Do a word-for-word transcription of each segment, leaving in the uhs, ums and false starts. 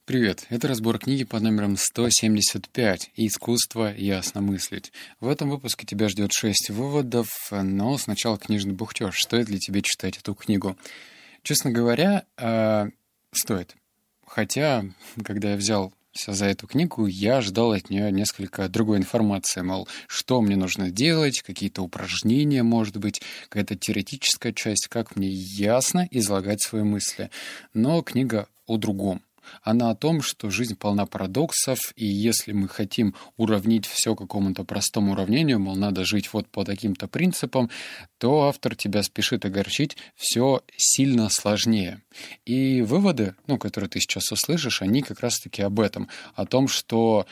Привет, это разбор книги под номером сто семьдесят пять «Искусство ясно мыслить». В этом выпуске тебя ждет шесть выводов, но сначала книжный бухтеж. Стоит ли тебе читать эту книгу? Честно говоря, э, стоит. Хотя, когда я взялся за эту книгу, я ждал от нее несколько другой информации, мол, что мне нужно делать, какие-то упражнения, может быть, какая-то теоретическая часть, как мне ясно излагать свои мысли. Но книга о другом. Она о том, что жизнь полна парадоксов, и если мы хотим уравнить все какому-то простому уравнению, мол, надо жить вот по таким-то принципам, то автор тебя спешит огорчить, все сильно сложнее. И выводы, ну, которые ты сейчас услышишь, они как раз-таки об этом, о том, что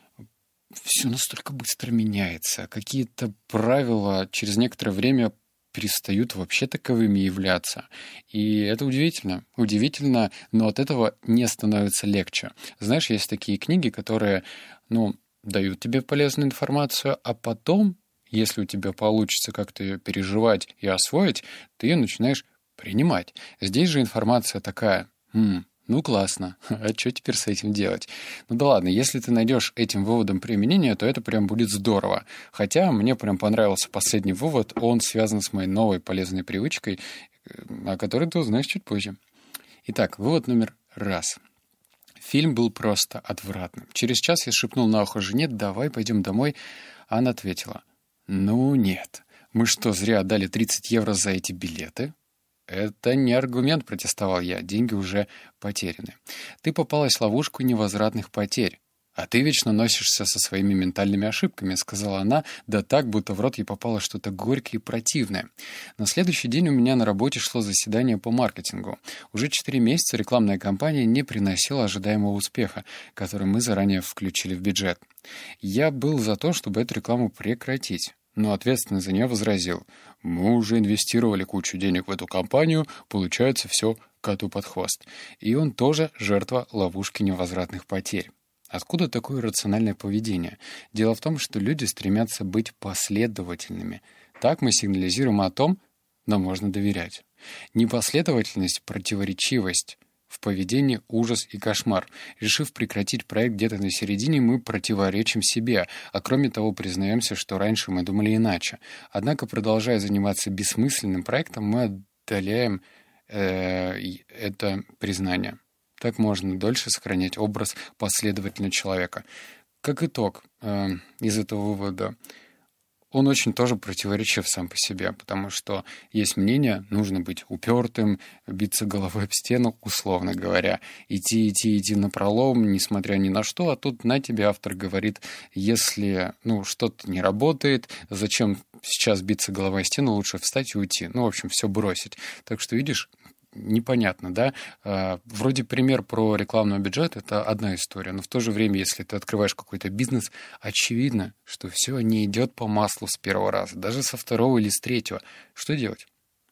все настолько быстро меняется, какие-то правила через некоторое время перестают вообще таковыми являться. И это удивительно. Удивительно, но от этого не становится легче. Знаешь, есть такие книги, которые, ну, дают тебе полезную информацию, а потом, если у тебя получится как-то ее переживать и освоить, ты ее начинаешь принимать. Здесь же информация такая: «М, ну классно, а что теперь с этим делать?» Ну да ладно, если ты найдешь этим выводом применение, то это прям будет здорово. Хотя мне прям понравился последний вывод, он связан с моей новой полезной привычкой, о которой ты узнаешь чуть позже. Итак, вывод номер раз. Фильм был просто отвратным. Через час я шепнул на ухо жене: «Давай пойдем домой». А она ответила: «Ну нет, мы что, зря отдали тридцать евро за эти билеты?» «Это не аргумент», — протестовал я. «Деньги уже потеряны. Ты попалась в ловушку невозвратных потерь. А ты вечно носишься со своими ментальными ошибками», — сказала она, да так, будто в рот ей попало что-то горькое и противное. На следующий день у меня на работе шло заседание по маркетингу. Уже четыре месяца рекламная кампания не приносила ожидаемого успеха, который мы заранее включили в бюджет. Я был за то, чтобы эту рекламу прекратить. Но ответственный за нее возразил: «Мы уже инвестировали кучу денег в эту компанию, получается все коту под хвост». И он тоже жертва ловушки невозвратных потерь. Откуда такое рациональное поведение? Дело в том, что люди стремятся быть последовательными. Так мы сигнализируем о том, но можно доверять. Непоследовательность, противоречивость в поведении — ужас и кошмар. Решив прекратить проект где-то на середине, мы противоречим себе, а кроме того признаемся, что раньше мы думали иначе. Однако, продолжая заниматься бессмысленным проектом, мы отдаляем э, это признание. Так можно дольше сохранять образ последовательного человека. Как итог э, из этого вывода, он очень тоже противоречив сам по себе, потому что есть мнение: нужно быть упертым, биться головой об стену, условно говоря, идти, идти, идти напролом, несмотря ни на что, а тут на тебе автор говорит: если ну, что-то не работает, зачем сейчас биться головой о стену, лучше встать и уйти. Ну, в общем, все бросить. Так что, видишь, непонятно, да? А, вроде пример про рекламный бюджет — это одна история, но в то же время, если ты открываешь какой-то бизнес, очевидно, что все не идет по маслу с первого раза, даже со второго или с третьего. Что делать?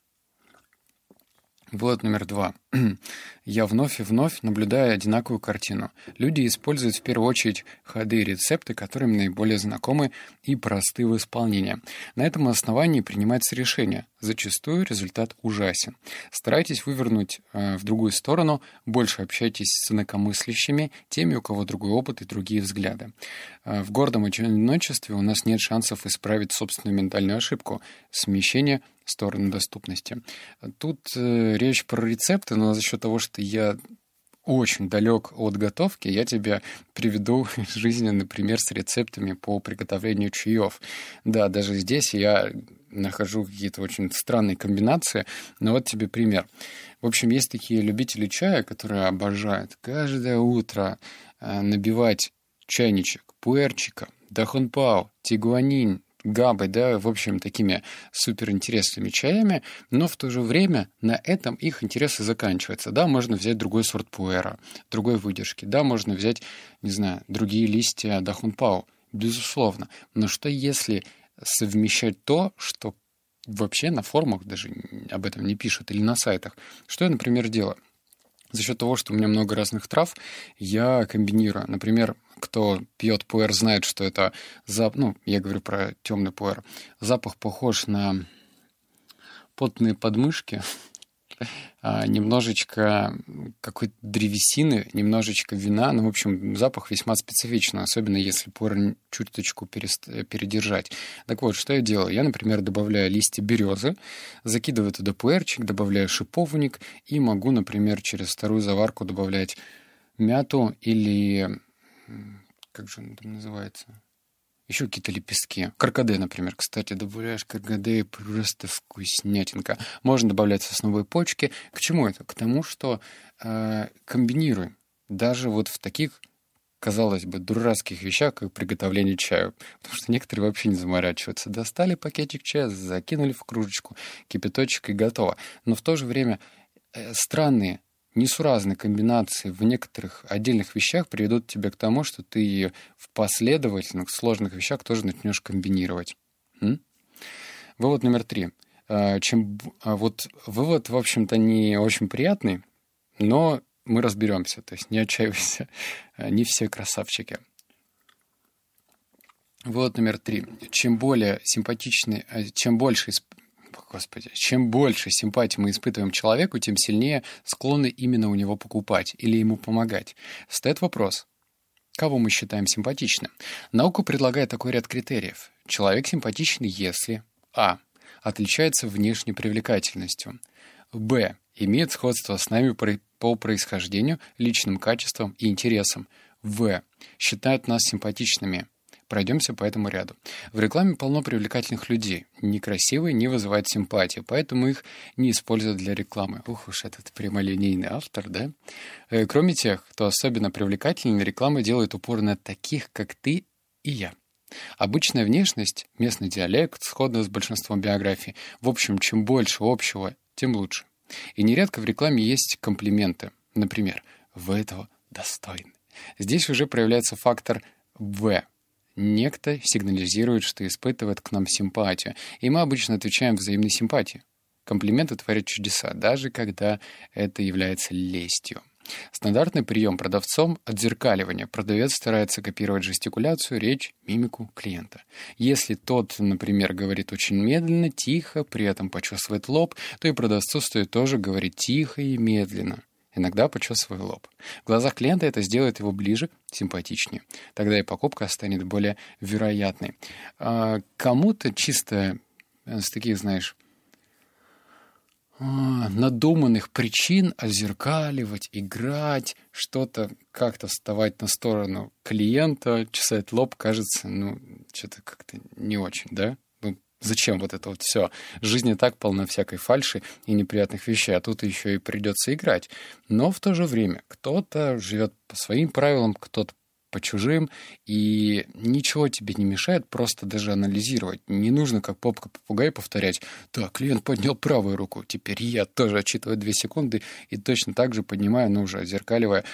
Вывод номер два. Я вновь и вновь наблюдаю одинаковую картину. Люди используют в первую очередь ходы и рецепты, которые им наиболее знакомы и просты в исполнении. На этом основании принимается решение. Зачастую результат ужасен. Старайтесь вывернуть э, в другую сторону, больше общайтесь с инакомыслящими, теми, у кого другой опыт и другие взгляды. Э, в гордом одиночестве у нас нет шансов исправить собственную ментальную ошибку — смещение в сторону доступности. Тут э, речь про рецепты, но за счет того, что я очень далек от готовки, я тебе приведу жизненный пример с рецептами по приготовлению чаев. Да, даже здесь я нахожу какие-то очень странные комбинации, но вот тебе пример. В общем, есть такие любители чая, которые обожают каждое утро э, набивать чайничек пуэрчика, дахунпао, тигуанин, габой, да, в общем, такими суперинтересными чаями, но в то же время на этом их интересы заканчиваются. Да, можно взять другой сорт пуэра, другой выдержки, да, можно взять, не знаю, другие листья дахунпао, безусловно. Но что если совмещать то, что вообще на форумах даже об этом не пишут, или на сайтах? Что я, например, делаю? За счет того, что у меня много разных трав, я комбинирую. Например, кто пьет пуэр, знает, что это запах, ну, я говорю про темный пуэр. Запах похож на потные подмышки. а, немножечко какой-то древесины, немножечко вина. Ну, в общем, запах весьма специфичный, особенно если пор чуточку перест... передержать. Так вот, что я делаю? Я, например, добавляю листья березы, закидываю туда пуэрчик, добавляю шиповник и могу, например, через вторую заварку добавлять мяту или... Как же он там называется? Еще какие-то лепестки. Каркаде, например. Кстати, добавляешь каркаде, и просто вкуснятинка. Можно добавлять сосновые почки. К чему это? К тому, что э, комбинируй. Даже вот в таких, казалось бы, дурацких вещах, как приготовление чая. Потому что некоторые вообще не заморачиваются. Достали пакетик чая, закинули в кружечку, кипяточек и готово. Но в то же время э, странные, несуразные комбинации в некоторых отдельных вещах приведут тебя к тому, что ты ее в последовательных сложных вещах тоже начнешь комбинировать. М? Вывод номер три. Чем, вот вывод, в общем-то, не очень приятный, но мы разберемся. То есть не отчаивайся, не все красавчики. Вывод номер три. Чем более симпатичный, чем больше Господи, чем больше симпатии мы испытываем человеку, тем сильнее склонны именно у него покупать или ему помогать. Встает вопрос, кого мы считаем симпатичным? Наука предлагает такой ряд критериев. Человек симпатичный, если а. отличается внешней привлекательностью, б. имеет сходство с нами по происхождению, личным качествам и интересам, в. считает нас симпатичными. Пройдемся по этому ряду. В рекламе полно привлекательных людей. Некрасивые не вызывают симпатии, поэтому их не используют для рекламы. Ух уж этот прямолинейный автор, да? Э, кроме тех, кто особенно привлекательный, реклама делает упор на таких, как ты и я. Обычная внешность, местный диалект, сходно с большинством биографий. В общем, чем больше общего, тем лучше. И нередко в рекламе есть комплименты. Например, «Вы этого достойны». Здесь уже проявляется фактор «в». Некто сигнализирует, что испытывает к нам симпатию, и мы обычно отвечаем взаимной симпатией. Комплименты творят чудеса, даже когда это является лестью. Стандартный прием продавцом — отзеркаливание. Продавец старается копировать жестикуляцию, речь, мимику клиента. Если тот, например, говорит очень медленно, тихо, при этом почесывает лоб, то и продавцу стоит тоже говорить тихо и медленно. Иногда почесывая лоб. В глазах клиента это сделает его ближе, симпатичнее. Тогда и покупка станет более вероятной. А кому-то чисто с таких, знаешь, надуманных причин озеркаливать, играть, что-то как-то вставать на сторону клиента, чесать лоб, кажется, ну, что-то как-то не очень, да? Зачем вот это вот все? Жизнь и так полна всякой фальши и неприятных вещей, а тут еще и придется играть. Но в то же время кто-то живет по своим правилам, кто-то по чужим, и ничего тебе не мешает просто даже анализировать. Не нужно, как попка-попугай, повторять: «Так, клиент поднял правую руку, теперь я тоже отчитываю две секунды и точно так же поднимаю, ну уже озеркаливая,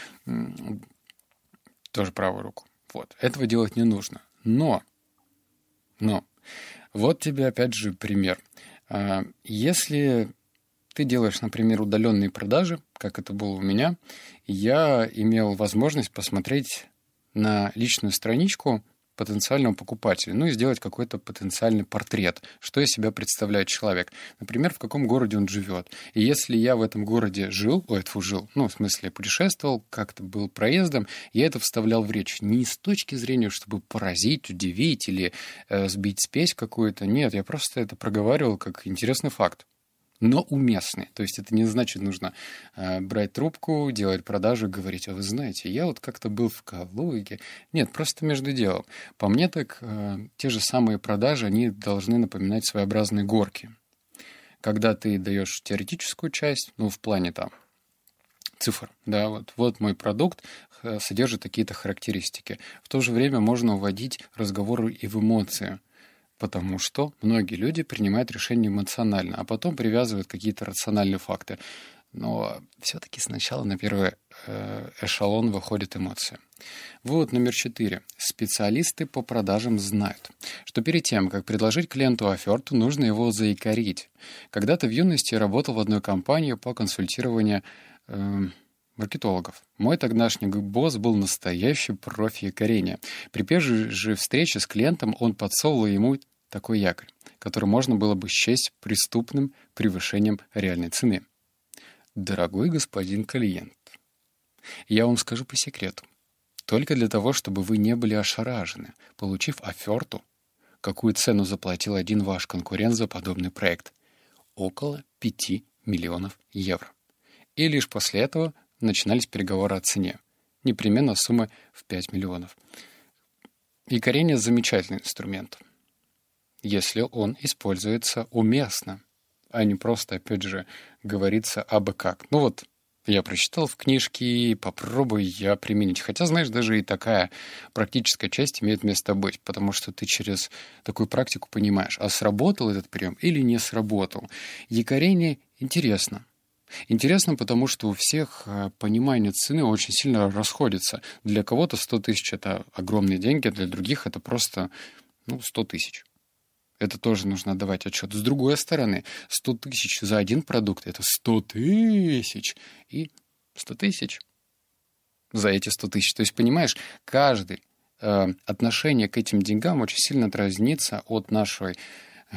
тоже правую руку». Вот. Этого делать не нужно. Но, но, вот тебе опять же пример. Если ты делаешь, например, удаленные продажи, как это было у меня, я имел возможность посмотреть на личную страничку потенциального покупателя, ну и сделать какой-то потенциальный портрет, что из себя представляет человек. Например, в каком городе он живет. И если я в этом городе жил, ой, тьфу, жил, ну, в смысле, путешествовал, как-то был проездом, я это вставлял в речь не с точки зрения, чтобы поразить, удивить или э, сбить спесь какую-то. Нет, я просто это проговаривал как интересный факт, но уместный. То есть это не значит, нужно э, брать трубку, делать продажу, говорить: а вы знаете, я вот как-то был в Калуге. Нет, просто между делом. По мне так, э, те же самые продажи, они должны напоминать своеобразные горки. Когда ты даешь теоретическую часть, ну, в плане там цифр, да, вот, вот мой продукт э, содержит такие-то характеристики. В то же время можно уводить разговоры и в эмоции. Потому что многие люди принимают решения эмоционально, а потом привязывают какие-то рациональные факты. Но все-таки сначала на первый э, эшелон выходят эмоции. Вывод номер четыре. Специалисты по продажам знают, что перед тем, как предложить клиенту оферту, нужно его заикарить. Когда-то в юности я работал в одной компании по консультированию э, маркетологов. Мой тогдашний босс был настоящий профи якорения. При первой же встрече с клиентом он подсовывал ему такой якорь, который можно было бы счесть преступным превышением реальной цены. Дорогой господин клиент, я вам скажу по секрету. Только для того, чтобы вы не были ошарашены, получив оферту, какую цену заплатил один ваш конкурент за подобный проект. Около пяти миллионов евро. И лишь после этого начинались переговоры о цене. Непременно сумма в пять миллионов. Якорение — замечательный инструмент, если он используется уместно, а не просто, опять же, говорится абы как. Ну вот, я прочитал в книжке, попробую я применить. Хотя, знаешь, даже и такая практическая часть имеет место быть, потому что ты через такую практику понимаешь, а сработал этот прием или не сработал. Якорение интересно. Интересно, потому что у всех понимание цены очень сильно расходится. Для кого-то сто тысяч — это огромные деньги, а для других это просто, ну, сто тысяч. Это тоже нужно отдавать отчет. С другой стороны, сто тысяч за один продукт — это сто тысяч. И сто тысяч за эти сто тысяч. То есть, понимаешь, каждый э, отношение к этим деньгам очень сильно разнится от нашей, э,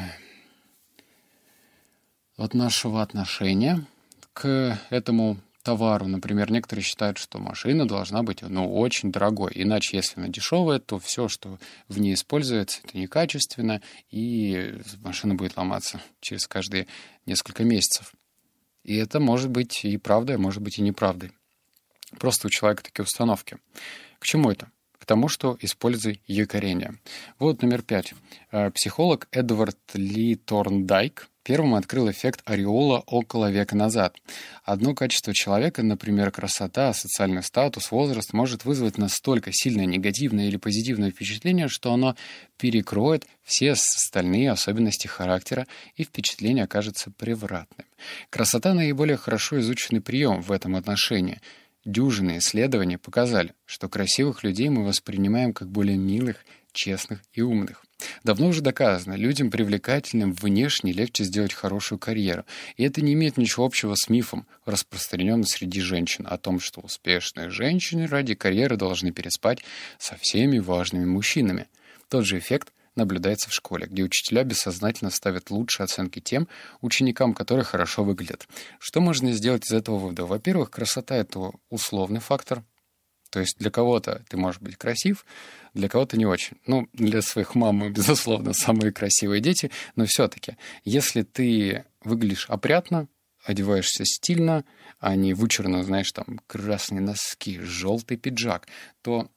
от нашего отношения к этому товару. Например, некоторые считают, что машина должна быть, ну, очень дорогой. Иначе, если она дешевая, то все, что в ней используется, это некачественно, и машина будет ломаться через каждые несколько месяцев. И это может быть и правдой, а может быть и неправдой. Просто у человека такие установки. К чему это? К тому, что используй якорение. Вот номер пять. Психолог Эдвард Ли Торндайк первым открыл эффект ореола около века назад. Одно качество человека, например, красота, социальный статус, возраст, может вызвать настолько сильное негативное или позитивное впечатление, что оно перекроет все остальные особенности характера, и впечатление окажется превратным. Красота — наиболее хорошо изученный прием в этом отношении. Дюжины исследований показали, что красивых людей мы воспринимаем как более милых, честных и умных. Давно уже доказано, людям привлекательным внешне легче сделать хорошую карьеру. И это не имеет ничего общего с мифом, распространенным среди женщин, о том, что успешные женщины ради карьеры должны переспать со всеми важными мужчинами. Тот же эффект наблюдается в школе, где учителя бессознательно ставят лучшие оценки тем ученикам, которые хорошо выглядят. Что можно сделать из этого вывода? Во-первых, красота — это условный фактор. То есть для кого-то ты можешь быть красив, для кого-то не очень. Ну, для своих мам мы, безусловно, самые красивые дети, но все-таки, если ты выглядишь опрятно, одеваешься стильно, а не вычурно, знаешь, там, красные носки, желтый пиджак, то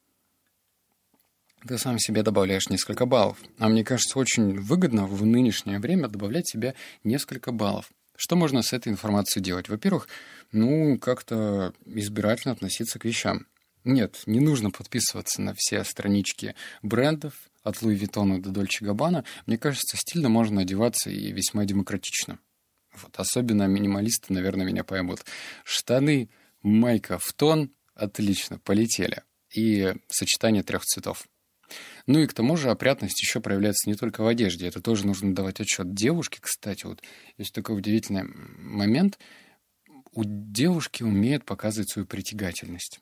ты сам себе добавляешь несколько баллов. А мне кажется, очень выгодно в нынешнее время добавлять себе несколько баллов. Что можно с этой информацией делать? Во-первых, ну, как-то избирательно относиться к вещам. Нет, не нужно подписываться на все странички брендов, от Луи Виттона до Дольче Габбана. Мне кажется, стильно можно одеваться и весьма демократично. Вот, особенно минималисты, наверное, меня поймут. Штаны, майка в тон — отлично, полетели. И сочетание трех цветов. Ну и к тому же опрятность еще проявляется не только в одежде. Это тоже нужно давать отчет. Девушки, кстати, вот есть такой удивительный момент. У девушки умеют показывать свою притягательность.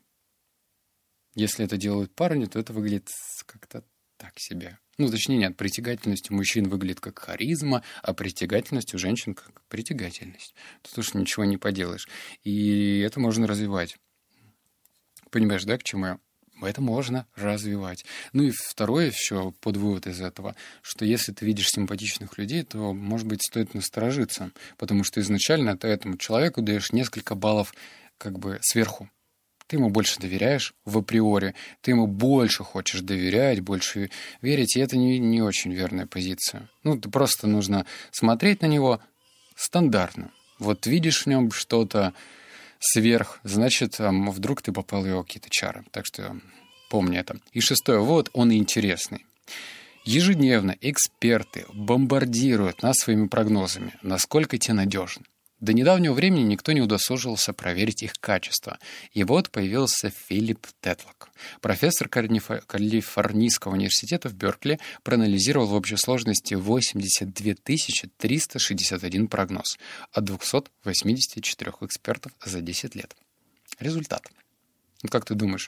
Если это делают парни, то это выглядит как-то так себе. Ну, точнее, нет, притягательность у мужчин выглядит как харизма, а притягательность у женщин как притягательность. Тут уж ничего не поделаешь. И это можно развивать. Понимаешь, да, к чему я? Это можно развивать. Ну и второе еще подвывод из этого, что если ты видишь симпатичных людей, то, может быть, стоит насторожиться, потому что изначально ты этому человеку даешь несколько баллов как бы сверху. Ты ему больше доверяешь в априори, ты ему больше хочешь доверять, больше верить, и это не, не очень верная позиция. Ну, ты просто нужно смотреть на него стандартно. Вот видишь в нем что-то сверх, значит, вдруг ты попал в его какие-то чары. Так что помни это. И шестое. Вот он и интересный. Ежедневно эксперты бомбардируют нас своими прогнозами, насколько те надежны. До недавнего времени никто не удосужился проверить их качество. И вот появился Филипп Тетлок. Профессор Калифорнийского университета в Беркли проанализировал в общей сложности восемьдесят две тысячи триста шестьдесят один прогноз от двухсот восьмидесяти четырёх экспертов за десять лет. Результат. Ну, как ты думаешь?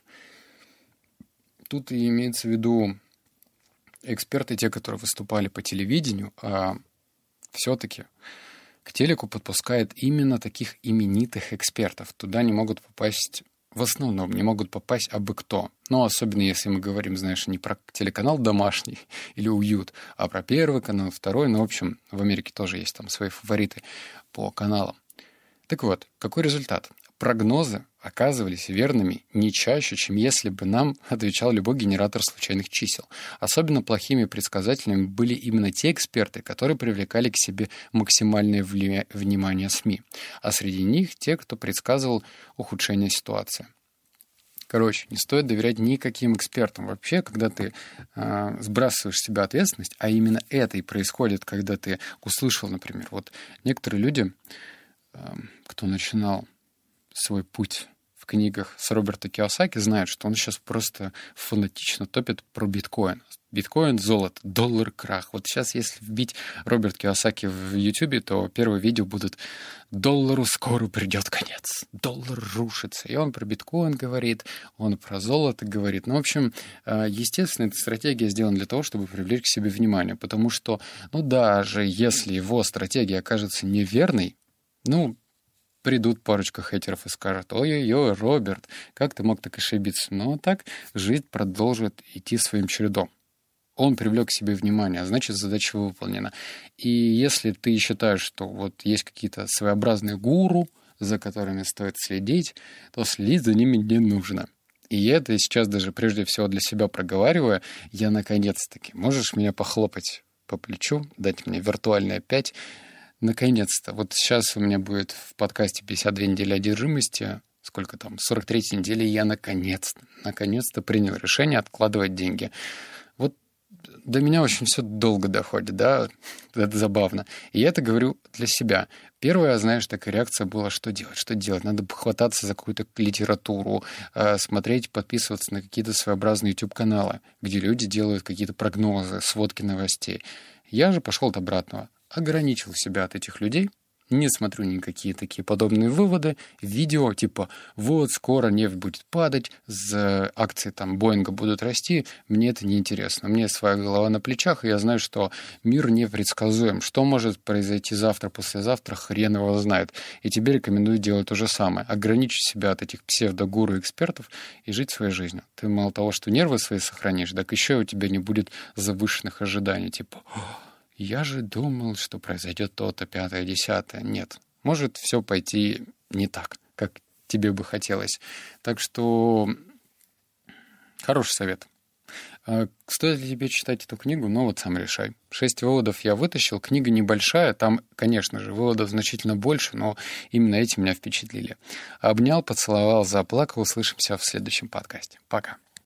Тут и имеется в виду эксперты, те, которые выступали по телевидению, а все-таки к телеку подпускает именно таких именитых экспертов. Туда не могут попасть, в основном не могут попасть абы кто. Но особенно если мы говорим, знаешь, не про телеканал «Домашний» или «Уют», а про Первый канал, Второй. Ну, в общем, в Америке тоже есть там свои фавориты по каналам. Так вот, какой результат? Прогнозы оказывались верными не чаще, чем если бы нам отвечал любой генератор случайных чисел. Особенно плохими предсказателями были именно те эксперты, которые привлекали к себе максимальное вли- внимание СМИ. А среди них те, кто предсказывал ухудшение ситуации. Короче, не стоит доверять никаким экспертам. Вообще, когда ты э, сбрасываешь с себя ответственность, а именно это и происходит, когда ты услышал, например, вот некоторые люди, э, кто начинал свой путь в книгах с Роберта Кийосаки, знают, что он сейчас просто фанатично топит про биткоин. Биткоин, золото, доллар, крах. Вот сейчас, если вбить Роберт Кийосаки в Ютубе, то первые видео будут «Доллару скоро придет конец, доллар рушится». И он про биткоин говорит, он про золото говорит. Ну, в общем, естественно, эта стратегия сделана для того, чтобы привлечь к себе внимание, потому что, ну, даже если его стратегия окажется неверной, ну, придут парочка хейтеров и скажут: ой-ой-ой, Роберт, как ты мог так ошибиться? Но так жизнь продолжит идти своим чередом. Он привлек к себе внимание, а значит, задача выполнена. И если ты считаешь, что вот есть какие-то своеобразные гуру, за которыми стоит следить, то следить за ними не нужно. И это сейчас даже прежде всего для себя проговаривая, я наконец-таки, можешь меня похлопать по плечу, дать мне виртуальное пять, наконец-то. Вот сейчас у меня будет в подкасте пятьдесят две недели одержимости. Сколько там? сорок третья неделя. И я наконец-то, наконец-то принял решение откладывать деньги. Вот до меня очень все долго доходит, да? Это забавно. И я это говорю для себя. Первая, знаешь, такая реакция была: что делать? Что делать? Надо хвататься за какую-то литературу, смотреть, подписываться на какие-то своеобразные YouTube-каналы, где люди делают какие-то прогнозы, сводки новостей. Я же пошел от обратного. Ограничил себя от этих людей, не смотрю никакие такие подобные выводы, видео типа «вот скоро нефть будет падать, акции там Боинга будут расти», мне это не интересно. Мне своя голова на плечах, и я знаю, что мир непредсказуем. Что может произойти завтра, послезавтра, хрен его знает. И тебе рекомендую делать то же самое. Ограничить себя от этих псевдогуру экспертов и жить своей жизнью. Ты мало того, что нервы свои сохранишь, так еще у тебя не будет завышенных ожиданий, типа «я же думал, что произойдет то-то, пятое, десятое». Нет, может все пойти не так, как тебе бы хотелось. Так что хороший совет. Стоит ли тебе читать эту книгу? Ну вот сам решай. Шесть выводов я вытащил. Книга небольшая, там, конечно же, выводов значительно больше, но именно эти меня впечатлили. Обнял, поцеловал, заплакал. Услышимся в следующем подкасте. Пока.